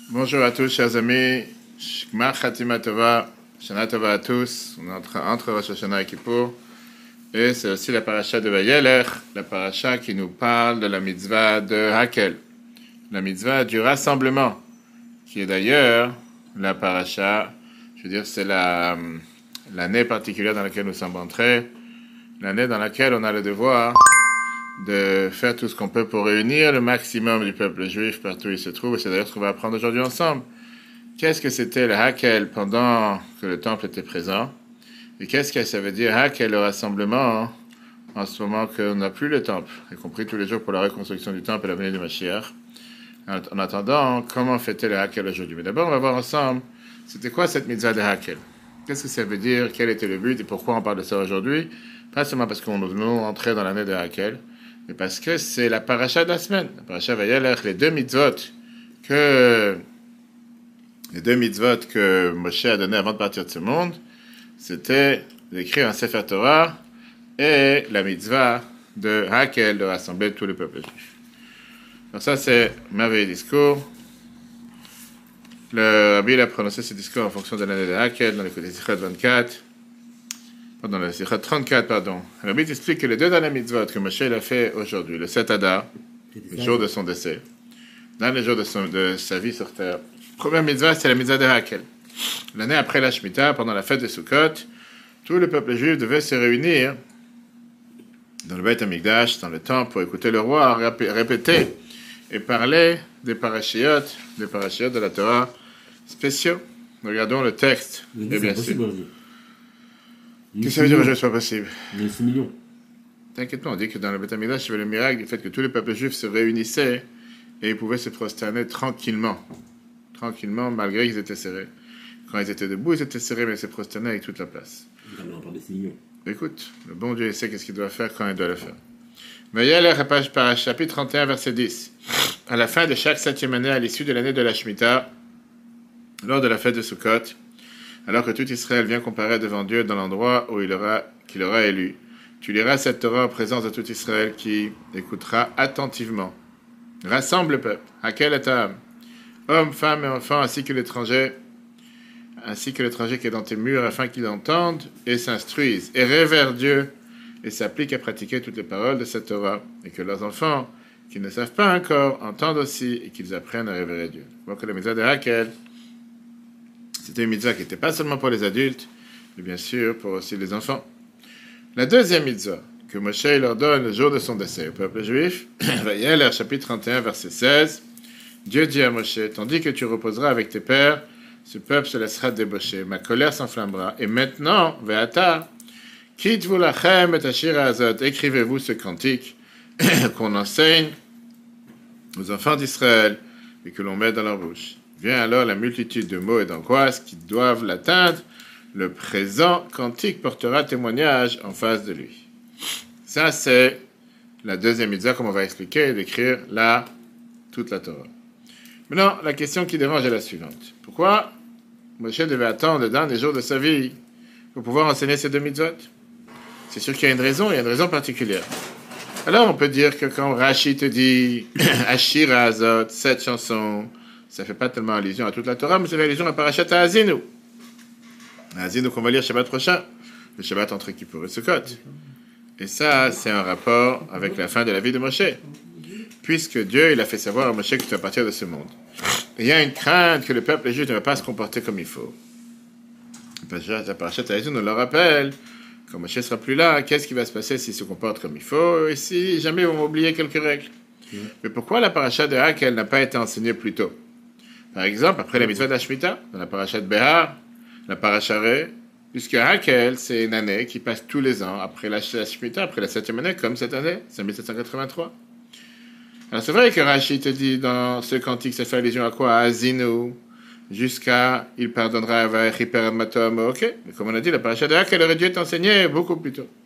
Bonjour à tous, chers amis. Shkma Khatima Tova, Shana Tova à tous. On est entre Rosh Hashanah et Kippour. Et c'est aussi la paracha de Vayelech, la paracha qui nous parle de la mitzvah de Hakel. La mitzvah du rassemblement, qui est d'ailleurs la paracha, je veux dire, c'est l'année particulière dans laquelle nous sommes entrés, l'année dans laquelle on a le devoir de faire tout ce qu'on peut pour réunir le maximum du peuple juif partout où il se trouve. Et c'est d'ailleurs ce qu'on va apprendre aujourd'hui ensemble. Qu'est-ce que c'était le Hakel pendant que le temple était présent? Et qu'est-ce que ça veut dire Hakel, le rassemblement, en ce moment qu'on n'a plus le temple, y compris tous les jours pour la reconstruction du temple et la venue du Mashiach. En attendant, comment fêter le Hakel aujourd'hui? Mais d'abord, on va voir ensemble, c'était quoi cette mitzvah de Hakel? Qu'est-ce que ça veut dire? Quel était le but? Et pourquoi on parle de ça aujourd'hui? Pas seulement parce qu'on nous entrait dans l'année de Hakel, mais parce que c'est la paracha de la semaine. La paracha Vayelech, les deux mitzvot que Moshe a donné avant de partir de ce monde, c'était d'écrire un Sefer Torah et la mitzvah de Hakel, de rassembler tout le peuple juif. Donc ça, c'est un merveilleux discours. Le Rabbi a prononcé ce discours en fonction de l'année de Hakel, dans les côtés Sichot 24, dans le Sichot 34, pardon. Le Rabbi explique que les deux derniers mitzvot que Moshe a fait aujourd'hui, le 7 Adar, le jour de son décès, dans les jours de sa vie sur terre, la première mitzvah, c'est la mitzvah de Hakel. L'année après la Shemitah, pendant la fête de Sukkot, tout le peuple juif devait se réunir dans le Beit HaMikdash, dans le temple, pour écouter le roi répéter et parler des parashiyot de la Torah spéciaux. Regardons le texte. Et bien sûr. Qu'est-ce que ça veut dire que ce soit possible? Il y a 6 millions. T'inquiète pas, on dit que dans le Beit HaMikdash, il y avait le miracle du fait que tout le peuple juif se réunissait et ils pouvaient se prosterner tranquillement, malgré qu'ils étaient serrés. Quand ils étaient debout, ils étaient serrés, mais ils se prosternaient avec toute la place. On parle de 6 millions. Écoute, le bon Dieu, il sait qu'est-ce qu'il doit faire quand il doit le faire. Vayelech, chapitre 31, verset 10. À la fin de chaque 7e année, à l'issue de l'année de la Shemitah, lors de la fête de Sukkot, alors que tout Israël vient comparer devant Dieu dans l'endroit où qu'il aura élu, tu liras cette Torah en présence de tout Israël qui écoutera attentivement. Rassemble le peuple, Hakel et Ta'am, hommes, femmes et enfants, ainsi que l'étranger qui est dans tes murs, afin qu'ils entendent et s'instruisent, et révèrent Dieu, et s'appliquent à pratiquer toutes les paroles de cette Torah, et que leurs enfants, qui ne savent pas encore, entendent aussi, et qu'ils apprennent à révérer Dieu. Donc la mitzvah de Hakel, c'était une mitzvah qui n'était pas seulement pour les adultes, mais bien sûr pour aussi les enfants. La deuxième mitzvah que Moshe leur donne le jour de son décès au peuple juif, Vayelech, chapitre 31, verset 16, Dieu dit à Moshe, tandis que tu reposeras avec tes pères, ce peuple se laissera débaucher, ma colère s'enflammera. Et maintenant, Ve'ata, quitte-vous lachem et ashir azot, écrivez-vous ce cantique qu'on enseigne aux enfants d'Israël et que l'on met dans leur bouche. Vient alors la multitude de mots et d'angoisses qui doivent l'atteindre. Le présent cantique portera témoignage en face de lui. Ça, c'est la deuxième mitzvah, comme on va expliquer, d'écrire toute la Torah. Maintenant, la question qui dérange est la suivante. Pourquoi Moshe devait attendre le dernier jour de sa vie pour pouvoir enseigner ces deux mitzvot? C'est sûr qu'il y a une raison particulière. Alors, on peut dire que quand Rashi te dit Ashir Azot, cette chanson, ça ne fait pas tellement allusion à toute la Torah, mais ça fait allusion à Parashat Ha'azinu. Ha'azinu qu'on va lire Shabbat prochain, le Shabbat entre Kippour et Sukkot. Et ça, c'est un rapport avec la fin de la vie de Moshe. Puisque Dieu, il a fait savoir à Moshe que tu vas partir de ce monde. Et il y a une crainte que le peuple juif ne va pas se comporter comme il faut. La Parashat Ha'azinu nous le rappelle. Quand Moshe ne sera plus là, qu'est-ce qui va se passer s'il se comporte comme il faut et si jamais ils vont oublier quelques règles? Mais pourquoi la paracha de Hakel n'a pas été enseignée plus tôt? Par exemple, après la mitzvah de la Shemitah, dans la paracha de Behar, la paracha Ré, puisque Hakel, c'est une année qui passe tous les ans après la Shemitah, après la 7e année, comme cette année, c'est 1783. Alors c'est vrai que Rashi te dit dans ce cantique, ça fait allusion à quoi? À Azinu, jusqu'à il pardonnera à Vachiper Matom, ok. Mais comme on a dit, la paracha de Hakel aurait dû être enseignée beaucoup plus tôt.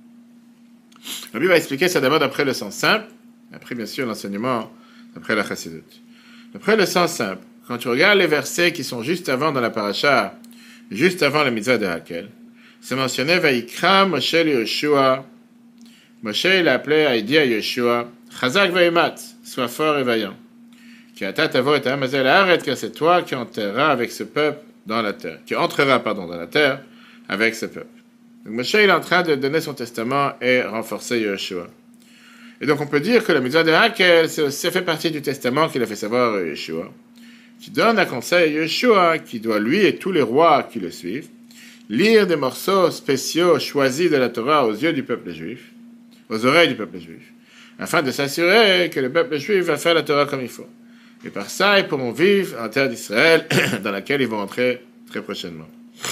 Le Rabbi va expliquer ça d'abord d'après le sens simple, après bien sûr l'enseignement d'après la Chassidut. D'après le sens simple, quand tu regardes les versets qui sont juste avant dans la paracha, juste avant la mitzvah de Hakel, c'est mentionné Vaikra Moshe Yoshua. Moshe il a appelé, il dit à Yoshua, Chazak Vaimat, sois fort et vaillant. Qui arrête car c'est toi qui entreras avec ce peuple dans la terre. Qui entrera, pardon, dans la terre avec ce peuple. Donc Moshe il est en train de donner son testament et renforcer Yeshua. Et donc on peut dire que la mitzvah de Hakel, ça fait partie du testament qu'il a fait savoir à Yeshua, qui donne un conseil à Yeshua, qui doit lui et tous les rois qui le suivent, lire des morceaux spéciaux choisis de la Torah aux yeux du peuple juif, aux oreilles du peuple juif, afin de s'assurer que le peuple juif va faire la Torah comme il faut. Et par ça, ils pourront vivre en terre d'Israël, dans laquelle ils vont entrer très prochainement.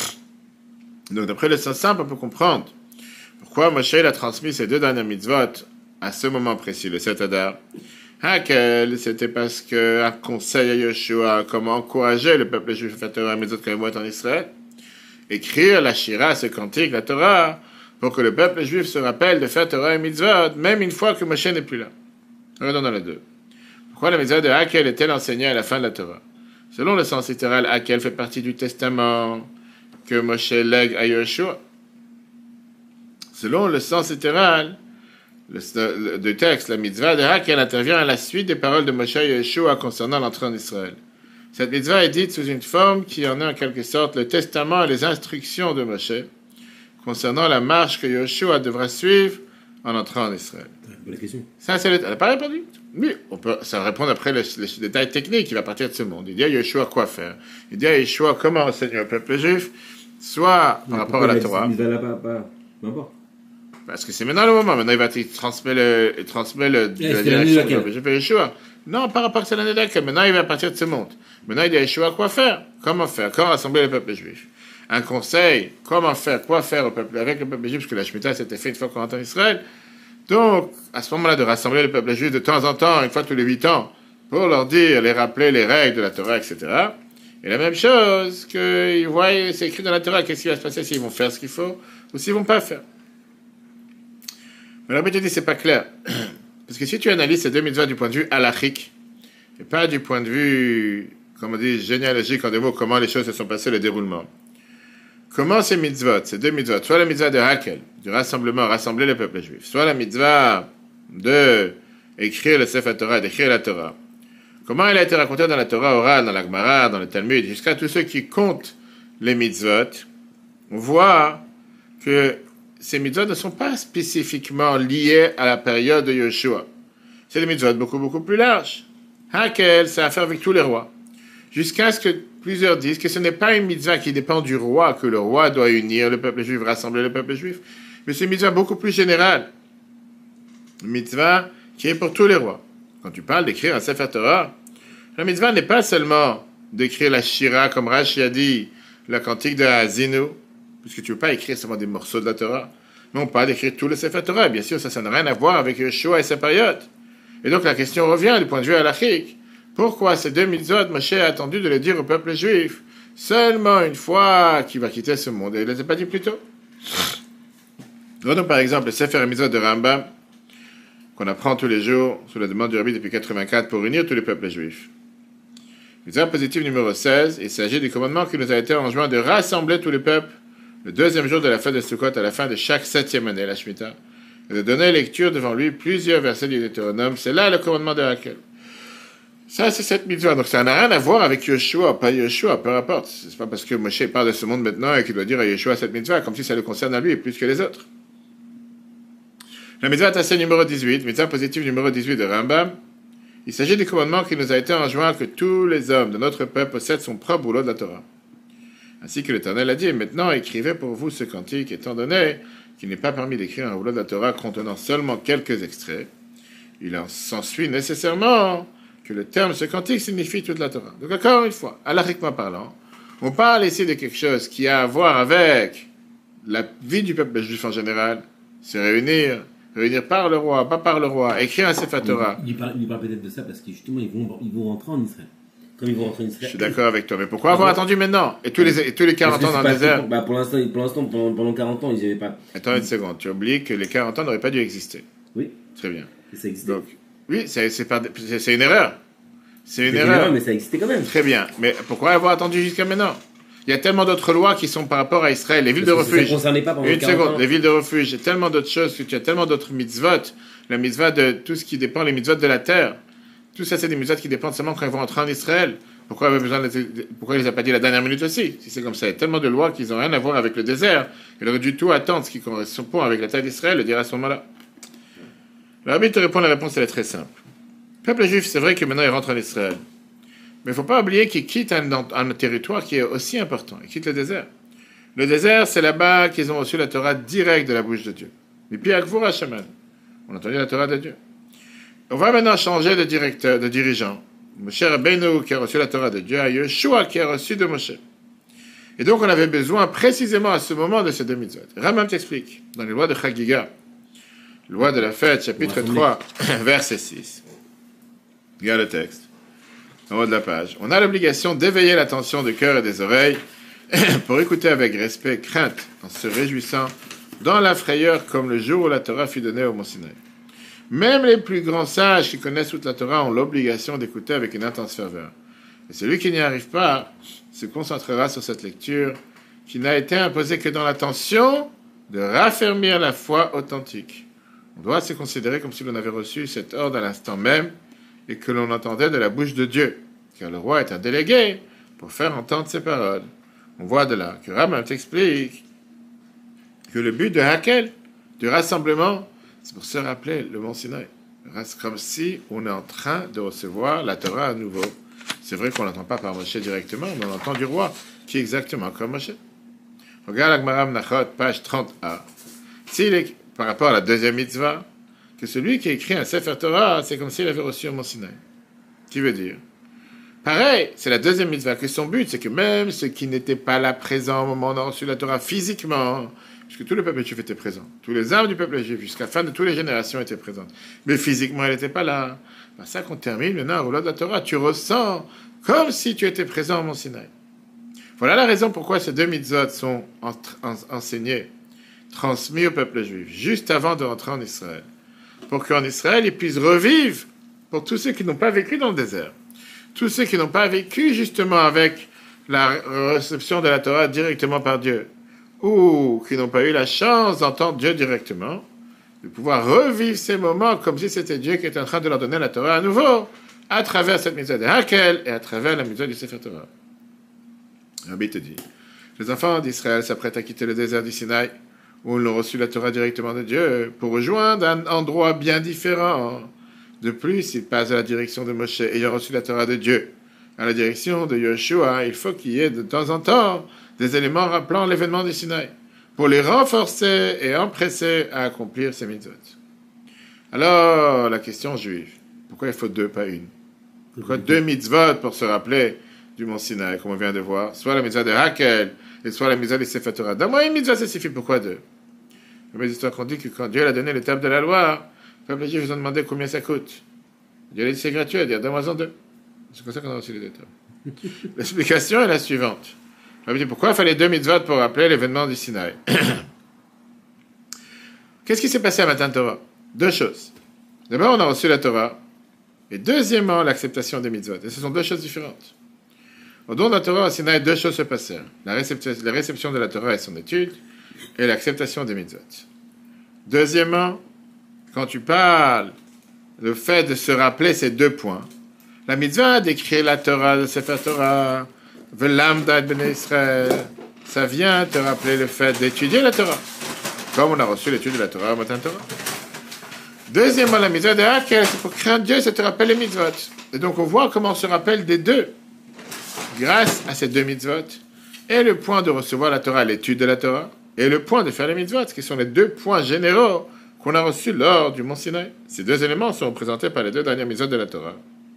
Donc d'après le sens simple, on peut comprendre pourquoi Moshe a transmis ces deux dernières mitzvot à ce moment précis, le 7 Adar. Hakel, c'était parce qu'un conseil à Yeshua, comment encourager le peuple juif à faire Torah et mitzvot quand ils vont être en Israël. Écrire la Shira, ce cantique, la Torah, pour que le peuple juif se rappelle de faire Torah et mitzvot, même une fois que Moshe n'est plus là. Regardons dans les deux. Pourquoi la mitzvah de Hakel est-elle enseignée à la fin de la Torah? Selon le sens littéral, Hakel fait partie du testament que Moshe lègue à Yeshua. Selon le sens littéral du texte, la mitzvah de Hakel intervient à la suite des paroles de Moshe et Yeshua concernant l'entrée en Israël. Cette mitzvah est dite sous une forme qui en est en quelque sorte le testament et les instructions de Moshe concernant la marche que Yeshua devra suivre en entrant en Israël. Bonne question. Ça, elle n'a pas répondu. Oui, ça va répondre après les détails techniques. Il va partir de ce monde. Il dit à Yeshua quoi faire. Il dit à Yeshua comment enseigner au peuple juif, soit par rapport à la Torah. N'importe. Parce que c'est maintenant le moment. Maintenant, il transmet la direction du peuple juif à Yeshua. Non, par rapport à cette année-là, maintenant, il va partir de ce monde. Maintenant, il dit à Yeshua quoi faire. Comment rassembler le peuple juif. Un conseil, comment faire, quoi faire avec le peuple juif, parce que la Shemitah s'était fait une fois qu'on rentre en Israël. Donc, à ce moment-là, de rassembler le peuple juif de temps en temps, une fois tous les 8 ans, pour leur dire, les rappeler les règles de la Torah, etc. Et la même chose, qu'ils voient, c'est écrit dans la Torah, qu'est-ce qui va se passer s'ils vont faire ce qu'il faut, ou s'ils vont pas faire. Mais la dit, c'est pas clair. Parce que si tu analyses ces deux mitzvahs du point de vue halachique, et pas du point de vue, comme on dit, généalogique, en des mots, comment les choses se sont passées, le déroulement. Comment ces mitzvot, ces deux mitzvot, soit la mitzvah de Hakel, du rassemblement, rassembler le peuple juif, soit la mitzvah de écrire le Sefer Torah, d'écrire la Torah. Comment elle a été racontée dans la Torah orale, dans la Gemara, dans le Talmud, jusqu'à tous ceux qui comptent les mitzvot, on voit que ces mitzvot ne sont pas spécifiquement liés à la période de Yeshua. C'est des mitzvot beaucoup plus larges. Hakel, ça a à faire avec tous les rois. Jusqu'à ce que plusieurs disent que ce n'est pas une mitzvah qui dépend du roi, que le roi doit unir le peuple juif, rassembler le peuple juif, mais c'est une mitzvah beaucoup plus générale. Une mitzvah qui est pour tous les rois. Quand tu parles d'écrire un Sefer Torah, la mitzvah n'est pas seulement d'écrire la Shira, comme Rashi a dit, le cantique de Hazinu, puisque tu ne veux pas écrire seulement des morceaux de la Torah, mais on parle d'écrire tout le Sefer Torah. Bien sûr, ça n'a rien à voir avec Yeshua et sa période. Et donc la question revient du point de vue halachique. Pourquoi ces deux mitzvot, Moshe a attendu de le dire au peuple juif seulement une fois qu'il va quitter ce monde? Et il ne les a pas dit plus tôt. Regardons par exemple le Sefer Mitzvot de Rambam, qu'on apprend tous les jours sous la demande du Rabbi depuis 84 pour unir tous les peuples juifs. Mitzvah positif numéro 16, il s'agit du commandement qui nous a été enjoint de rassembler tous les peuples le deuxième jour de la fête de Sukkot à la fin de chaque 7e année, la Shemitah, et de donner lecture devant lui plusieurs versets du Deutéronome. C'est là le commandement de Hakel. Ça, c'est cette mitzvah. Donc, ça n'a rien à voir avec Yeshua, pas Yeshua, peu importe. C'est pas parce que Moshe parle de ce monde maintenant et qu'il doit dire à Yeshua cette mitzvah, comme si ça le concerne à lui plus que les autres. La mitzvah tassée numéro 18, mitzvah positive numéro 18 de Rambam. Il s'agit du commandement qui nous a été enjoint que tous les hommes de notre peuple possèdent son propre boulot de la Torah. Ainsi que l'Éternel a dit, maintenant écrivez pour vous ce cantique, étant donné qu'il n'est pas permis d'écrire un rouleau de la Torah contenant seulement quelques extraits. Il en s'ensuit nécessairement que le terme ce cantique signifie toute la Torah. Donc encore une fois, halachiquement parlant, on parle ici de quelque chose qui a à voir avec la vie du peuple juif en général, se réunir par le roi, pas par le roi, écrire un Sefer Torah. Il parle peut-être de ça parce que justement ils vont rentrer en Israël. Comme ils vont rentrer en Israël. Je suis d'accord avec toi, mais pourquoi avoir attendu maintenant et tous les 40 ans dans le désert? Pour l'instant, pendant 40 ans, ils n'y avaient pas. Attends une seconde, tu oublies que les 40 ans n'auraient pas dû exister. Oui. Très bien. Ça existait. Donc, oui, c'est une erreur. C'est une erreur. Mais ça existait quand même. Très bien. Mais pourquoi avoir attendu jusqu'à maintenant? Il y a tellement d'autres lois qui sont par rapport à Israël. Les villes de refuge. Ça ne concernait pas pendant 40 ans. Une seconde. Les villes de refuge. Il y a tellement d'autres choses. Tu as tellement d'autres mitzvot. La mitzvah de tout ce qui dépend, les mitzvot de la terre. Tout ça, c'est des mitzvot qui dépendent seulement quand ils vont entrer en Israël. Pourquoi il les a pas dit la dernière minute aussi? Si c'est comme ça, il y a tellement de lois qui n'ont rien à voir avec le désert. Il aurait dû tout attendre, ce qui correspond avec la terre d'Israël, le dire à ce moment-là. Le rabbi te répond, la réponse, elle est très simple. Le peuple juif, c'est vrai que maintenant, il rentre en Israël. Mais il ne faut pas oublier qu'il quitte un territoire qui est aussi important. Il quitte le désert. Le désert, c'est là-bas qu'ils ont reçu la Torah directe de la bouche de Dieu. Et puis, à Gvura Shaman, on a entendu la Torah de Dieu. On va maintenant changer de directeur, de dirigeant. Moshe Rabbeinu qui a reçu la Torah de Dieu, à Yeshua qui a reçu de Moshe. Et donc, on avait besoin précisément à ce moment de ces deux mitzvot. Rambam t'explique, dans les lois de Chagiga, loi de la fête, chapitre 3, verset 6. Regarde le texte. En haut de la page. On a l'obligation d'éveiller l'attention du cœur et des oreilles pour écouter avec respect, crainte, en se réjouissant dans la frayeur comme le jour où la Torah fut donnée au Mont Sinaï. Même les plus grands sages qui connaissent toute la Torah ont l'obligation d'écouter avec une intense ferveur. Et celui qui n'y arrive pas se concentrera sur cette lecture qui n'a été imposée que dans l'intention de raffermir la foi authentique. On doit se considérer comme si l'on avait reçu cet ordre à l'instant même et que l'on entendait de la bouche de Dieu, car le roi est un délégué pour faire entendre ses paroles. On voit de là que Rambam t'explique que le but de Hakel, du rassemblement, c'est pour se rappeler le Mont Sinaï. Comme si on est en train de recevoir la Torah à nouveau. C'est vrai qu'on ne l'entend pas par Moshe directement, mais on l'entend du roi, qui est exactement comme Moshe. Regarde l'Agmara Menachot, page 30a. S'il est, par rapport à la deuxième mitzvah, que celui qui a écrit un Sefer Torah, c'est comme s'il avait reçu un Mont Sinaï. Qui veut dire? Pareil, c'est la deuxième mitzvah, que son but, c'est que même ceux qui n'étaient pas là présents au moment où on a reçu la Torah physiquement, puisque tout le peuple juif était présent, tous les âmes du peuple juif, jusqu'à la fin de toutes les générations étaient présentes, mais physiquement, elle n'était pas là. C'est ça qu'on termine maintenant, au-delà de la Torah, tu ressens comme si tu étais présent au Mont Sinaï. Voilà la raison pourquoi ces deux mitzvot sont enseignés, transmis au peuple juif, juste avant de rentrer en Israël, pour qu'en Israël, ils puissent revivre pour tous ceux qui n'ont pas vécu dans le désert. Tous ceux qui n'ont pas vécu justement avec la réception de la Torah directement par Dieu, ou qui n'ont pas eu la chance d'entendre Dieu directement, de pouvoir revivre ces moments comme si c'était Dieu qui était en train de leur donner la Torah à nouveau, à travers cette mitzvah de Hakel et à travers la mitzvah du Sefer Torah. Rabbi te dit, les enfants d'Israël s'apprêtent à quitter le désert du Sinaï, où ils ont reçu la Torah directement de Dieu, pour rejoindre un endroit bien différent. De plus, ils passent à la direction de Moshe, ayant reçu la Torah de Dieu. À la direction de Yeshua, il faut qu'il y ait de temps en temps des éléments rappelant l'événement du Sinaï, pour les renforcer et empresser à accomplir ces mitzvot. Alors, la question juive, pourquoi il faut deux, pas une? Pourquoi deux mitzvot pour se rappeler du Mont Sinaï, comme on vient de voir? Soit la mitzvah de Hakel, et soit la mitzvah de Sefer Torah. Donne-moi une mitzvah, ça suffit, pourquoi deux? Les histoires qu'on dit que quand Dieu a donné les tables de la loi, le peuple juif, ils ont demandé combien ça coûte. Dieu a dit c'est gratuit, il a dit donne-moi-en deux. C'est comme ça qu'on a reçu les deux tables. L'explication est la suivante. On dit pourquoi il fallait deux mitzvot pour rappeler l'événement du Sinaï. Qu'est-ce qui s'est passé à Matan Torah? Deux choses. D'abord, on a reçu la Torah. Et deuxièmement, l'acceptation des mitzvot. Et ce sont deux choses différentes. Au don de la Torah, au Sinaï, deux choses se passèrent. La réception de la Torah et son étude, et l'acceptation des mitzvot. Deuxièmement, quand tu parles, le fait de se rappeler ces deux points, la mitzvah d'écrire la Torah, de Sefer Torah, Velamda ben Israël, ça vient te rappeler le fait d'étudier la Torah, comme on a reçu l'étude de la Torah au Matan Torah. Deuxièmement, la mitzvah de Hakel, c'est pour craindre Dieu, ça te rappelle les mitzvot. Et donc on voit comment on se rappelle des deux, grâce à ces deux mitzvot, et le point de recevoir la Torah, l'étude de la Torah, et le point de faire les mitzvot, qui sont les deux points généraux qu'on a reçus lors du Mont Sinaï. Ces deux éléments sont représentés par les deux dernières mitzvot de la Torah.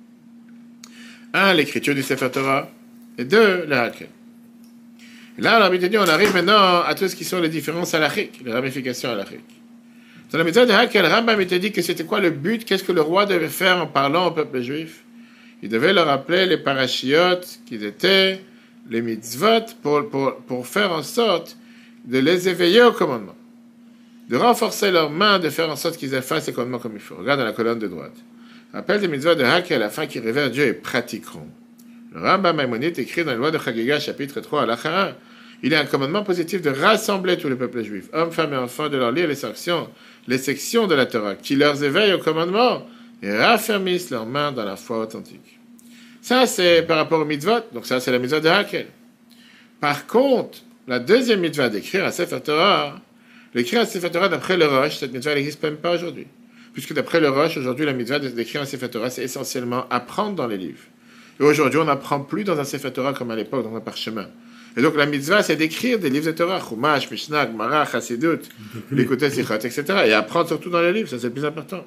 Un, l'écriture du Sefer Torah, et deux, le Hakel. Là, on dit, on arrive maintenant à tout ce qui sont les différences halachiques, les ramifications halachiques. Dans la mitzvah de Hakel, Rambam te dit que c'était quoi le but, qu'est-ce que le roi devait faire en parlant au peuple juif? Il devait leur rappeler les parachiotes qu'ils étaient, les mitzvot, pour faire en sorte de les éveiller au commandement, de renforcer leurs mains, de faire en sorte qu'ils fassent les commandements comme il faut. Regarde dans la colonne de droite. Rappelle des mitzvot de Hakel afin qu'ils révèrent Dieu et pratiqueront. Le Rambam Maïmonide écrit dans la loi de Chagiga, chapitre 3, à l'Achara, il y a un commandement positif de rassembler tout le peuple juif, hommes, femmes et enfants, de leur lire les sections de la Torah, qui leur éveillent au commandement et raffermissent leurs mains dans la foi authentique. Ça, c'est par rapport au mitzvot. Donc ça, c'est la mitzvah de Hakel. Par contre, la deuxième mitzvah d'écrire un Sefer Torah, l'écrire un Sefer Torah d'après le Rosh, cette mitzvah n'existe même pas aujourd'hui. Puisque d'après le Rosh, aujourd'hui, la mitzvah d'écrire un Sefer Torah, c'est essentiellement apprendre dans les livres. Et aujourd'hui, on n'apprend plus dans un Sefer Torah comme à l'époque, dans un parchemin. Et donc, la mitzvah, c'est d'écrire des livres de Torah, Chumash, Mishnah, Gemara, Chassidut, l'écouter Sichot, etc. Et apprendre surtout dans les livres, ça c'est le plus important.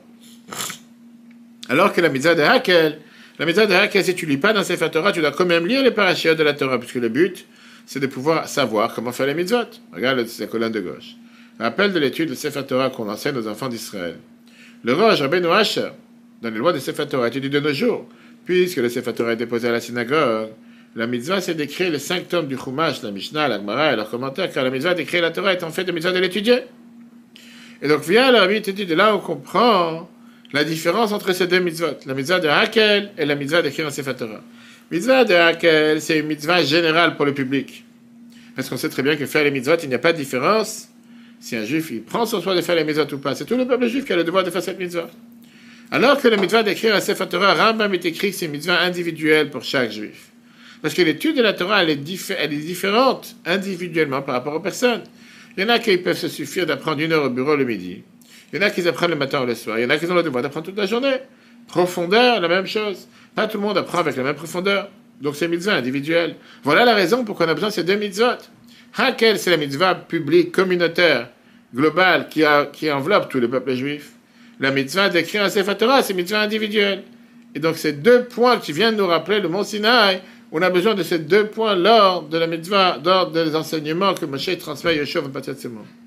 Alors que la mitzvah de Hakel, si tu ne lis pas dans Sefer Torah, tu dois quand même lire les parashiot de la Torah, puisque le but, c'est de pouvoir savoir comment faire les mitzvot. Regarde la colonne de gauche. Rappel de l'étude de Sefer Torah qu'on enseigne aux enfants d'Israël. Le Rosh Rabbeinu Asher, dans les lois de Sefer Torah, étudie de nos jours, puisque le Sefer Torah est déposé à la synagogue. La mitzvah, c'est d'écrire les 5 tomes du Chumash, la Mishnah, la Gemara et leurs commentaires, car la mitzvah d'écrire la Torah est en fait la mitzvah de l'étudier. Et donc, vient le Rabbi te dit, de là on comprend la différence entre ces deux mitzvot, la mitzvah de Hakel et la mitzvah d'écrire un Sefer Torah. Mitzvah de Hakel, c'est une mitzvah générale pour le public. Parce qu'on sait très bien que faire les mitzvot, il n'y a pas de différence si un juif il prend sur soi de faire les mitzvot ou pas. C'est tout le peuple juif qui a le devoir de faire cette mitzvah. Alors que la mitzvah d'écrire un Sefer Torah, Rambam est écrit que c'est une mitzvah individuelle pour chaque juif. Parce que l'étude de la Torah, elle est différente individuellement par rapport aux personnes. Il y en a qui peuvent se suffire d'apprendre 1 heure au bureau le midi. Il y en a qui apprennent le matin ou le soir. Il y en a qui ont le devoir d'apprendre toute la journée. Profondeur, la même chose. Pas tout le monde apprend avec la même profondeur. Donc c'est mitzvah individuelle. Voilà la raison pour qu'on a besoin de ces deux mitzvot. Hakel, c'est la mitzvah publique, communautaire, globale, qui enveloppe tout le peuple juif. La mitzvah d'écrire un Sefer Torah, c'est mitzvah individuelle. Et donc ces deux points que tu viens de nous rappeler, le mont Sinaï, on a besoin de ces deux points lors de la mitzvah, lors des enseignements que Moshe transmet à Yeshua en partir de ce monde.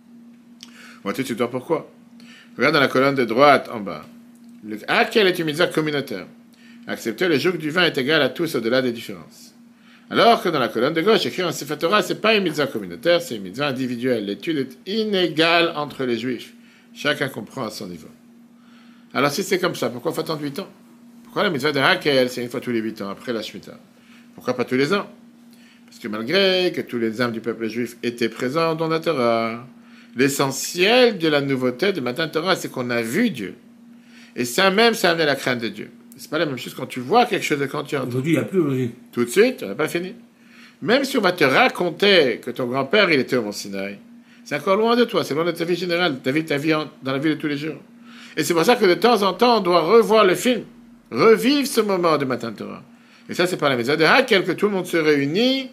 On va tout de suite voir pourquoi. Regarde dans la colonne de droite en bas. Le Hakel est une mitzvah communautaire. Accepter le joug du vin est égal à tous au-delà des différences. Alors que dans la colonne de gauche, écrire un Sefer Torah, ce n'est pas une mitzvah communautaire, c'est une mitzvah individuelle. L'étude est inégale entre les juifs. Chacun comprend à son niveau. Alors si c'est comme ça, pourquoi faut attendre 8 ans? Pourquoi la mitzvah de Hakel, c'est une fois tous les 8 ans, après la Shemitah? Pourquoi pas tous les ans? Parce que malgré que tous les âmes du peuple juif étaient présents dans la Torah, l'essentiel de la nouveauté de Matan Torah, c'est qu'on a vu Dieu. Et ça même, ça amenait la crainte de Dieu. C'est pas la même chose quand tu vois quelque chose et quand tu entends. Aujourd'hui, il n'y a plus aujourd'hui. Tout de suite, on n'a pas fini. Même si on va te raconter que ton grand-père, il était au Mont Sinaï, c'est encore loin de toi, c'est loin de ta vie générale, ta vie dans la vie de tous les jours. Et c'est pour ça que de temps en temps, on doit revoir le film, revivre ce moment de Matan Torah. Et ça, c'est par la mitzvah de Hakel que tout le monde se réunit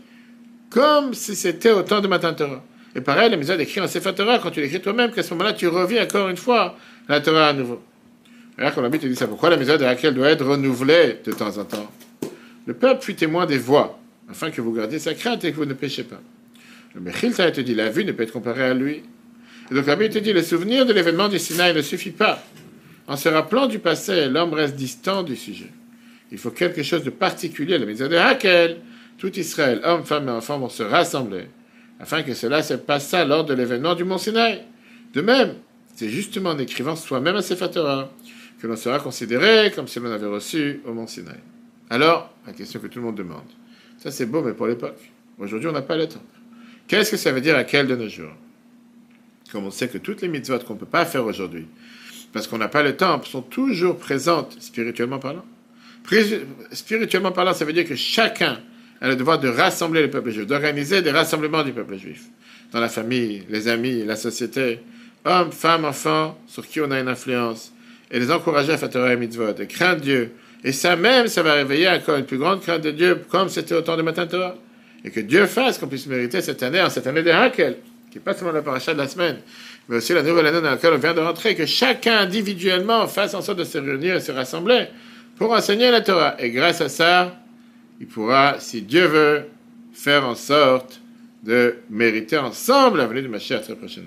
comme si c'était au temps de Matan Torah. Et pareil, la mitzvah d'écrire un Sefer Torah, quand tu l'écris toi-même, qu'à ce moment-là, tu reviens encore une fois la Torah à nouveau. Regarde comme la Bible te dit ça. Pourquoi la mitzvah de Hakel doit être renouvelée de temps en temps? Le peuple fut témoin des voix, afin que vous gardiez sa crainte et que vous ne péchez pas. Le Mechil te dit, la vue ne peut être comparée à lui. Et donc la Bible te dit, le souvenir de l'événement du Sinaï ne suffit pas. En se rappelant du passé, l'homme reste distant du sujet. Il faut quelque chose de particulier. La mitzvah de Hakel, tout Israël, hommes, femmes et enfants vont se rassembler, afin que cela se passe lors de l'événement du Mont Sinaï. De même, c'est justement en écrivant soi-même un Sefer Torah que l'on sera considéré comme si l'on avait reçu au Mont Sinaï. Alors, la question que tout le monde demande. Ça c'est beau, mais pour l'époque. Aujourd'hui, on n'a pas le temps. Qu'est-ce que ça veut dire Hakel de nos jours? Comme on sait que toutes les mitzvot qu'on ne peut pas faire aujourd'hui, parce qu'on n'a pas le temps, sont toujours présentes spirituellement parlant. Spirituellement parlant, ça veut dire que chacun a le devoir de rassembler le peuple juif, d'organiser des rassemblements du peuple juif. Dans la famille, les amis, la société, hommes, femmes, enfants, sur qui on a une influence, et les encourager à faire Torah et mitzvot, et craindre Dieu. Et ça même, ça va réveiller encore une plus grande crainte de Dieu, comme c'était au temps de Matan Torah. Et que Dieu fasse qu'on puisse mériter cette année de Hakel, qui n'est pas seulement la paracha de la semaine, mais aussi la nouvelle année dans laquelle on vient de rentrer, que chacun individuellement fasse en sorte de se réunir et se rassembler pour enseigner la Torah. Et grâce à ça, il pourra, si Dieu veut, faire en sorte de mériter ensemble la venue du Mashiach très prochainement.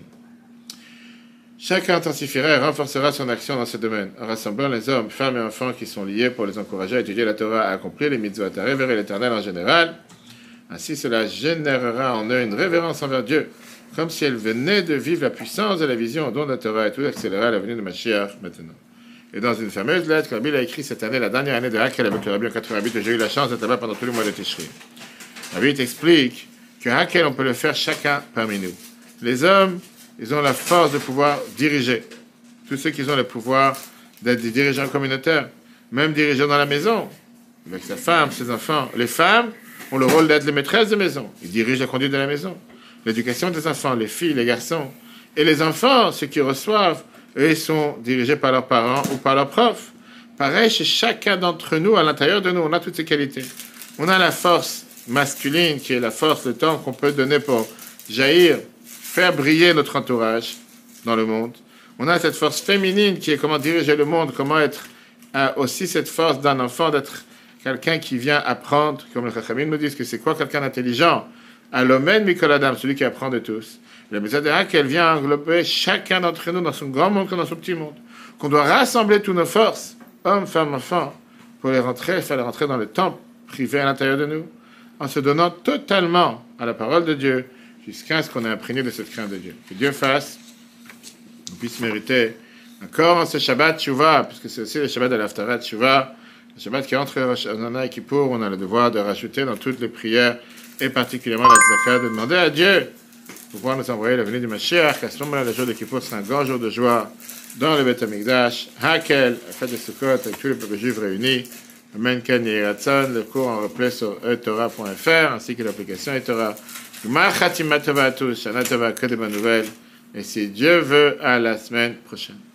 Chacun intensifiera et renforcera son action dans ce domaine, en rassemblant les hommes, femmes et enfants qui sont liés pour les encourager à étudier la Torah, à accomplir les mitzvot, à révérer l'Éternel en général. Ainsi, cela générera en eux une révérence envers Dieu, comme si elle venait de vivre la puissance de la vision au don de la Torah, et tout accélérera la venue de Mashiach maintenant. Et dans une fameuse lettre que la Bible a écrite cette année, la dernière année de Hakel avec le Rabbi en 88, j'ai eu la chance d'être là-bas pendant tout le mois de Tishri. La Bible explique que Hakel, on peut le faire chacun parmi nous. Les hommes, ils ont la force de pouvoir diriger. Tous ceux qui ont le pouvoir d'être des dirigeants communautaires, même dirigeants dans la maison, avec sa femme, ses enfants. Les femmes ont le rôle d'être les maîtresses de maison. Ils dirigent la conduite de la maison. L'éducation des enfants, les filles, les garçons. Et les enfants, ceux qui reçoivent, eux, ils sont dirigés par leurs parents ou par leurs profs. Pareil, chez chacun d'entre nous, à l'intérieur de nous, on a toutes ces qualités. On a la force masculine, qui est la force, le temps qu'on peut donner pour jaillir, faire briller notre entourage dans le monde. On a cette force féminine, qui est comment diriger le monde, comment être aussi cette force d'un enfant, d'être quelqu'un qui vient apprendre, comme les Chachamim nous disent que c'est quoi quelqu'un d'intelligent. Alomen Mikol Adam, celui qui apprend de tous. La Mitzvah qu'elle vient englober chacun d'entre nous dans son grand monde comme dans son petit monde. Qu'on doit rassembler toutes nos forces, hommes, femmes, enfants, pour les rentrer, faire les rentrer dans le temple privé à l'intérieur de nous, en se donnant totalement à la parole de Dieu, jusqu'à ce qu'on ait imprégné de cette crainte de Dieu. Que Dieu fasse, qu'on puisse mériter encore en ce Shabbat Teshuvah, puisque c'est aussi le Shabbat de l'Haftarah Teshuvah, le Shabbat qui entre Rosh Hashanah et Kippour, on a le devoir de rajouter dans toutes les prières, et particulièrement la Tzaka, de demander à Dieu pour pouvoir nous envoyer la venue du Mashiach, qu'à ce moment-là, le jour de Kippour sera un grand jour de joie dans le Beth Amikdash, Hakel, la fête de Sukkot, avec tous les peuples juifs réunis. Amen, Ken Yeratzon, le cours en replay sur etorah.fr, ainsi que l'application eTorah. Gmar Chatima Tova à tous, Shana Tova, que de bonnes nouvelles. Et si Dieu veut, à la semaine prochaine.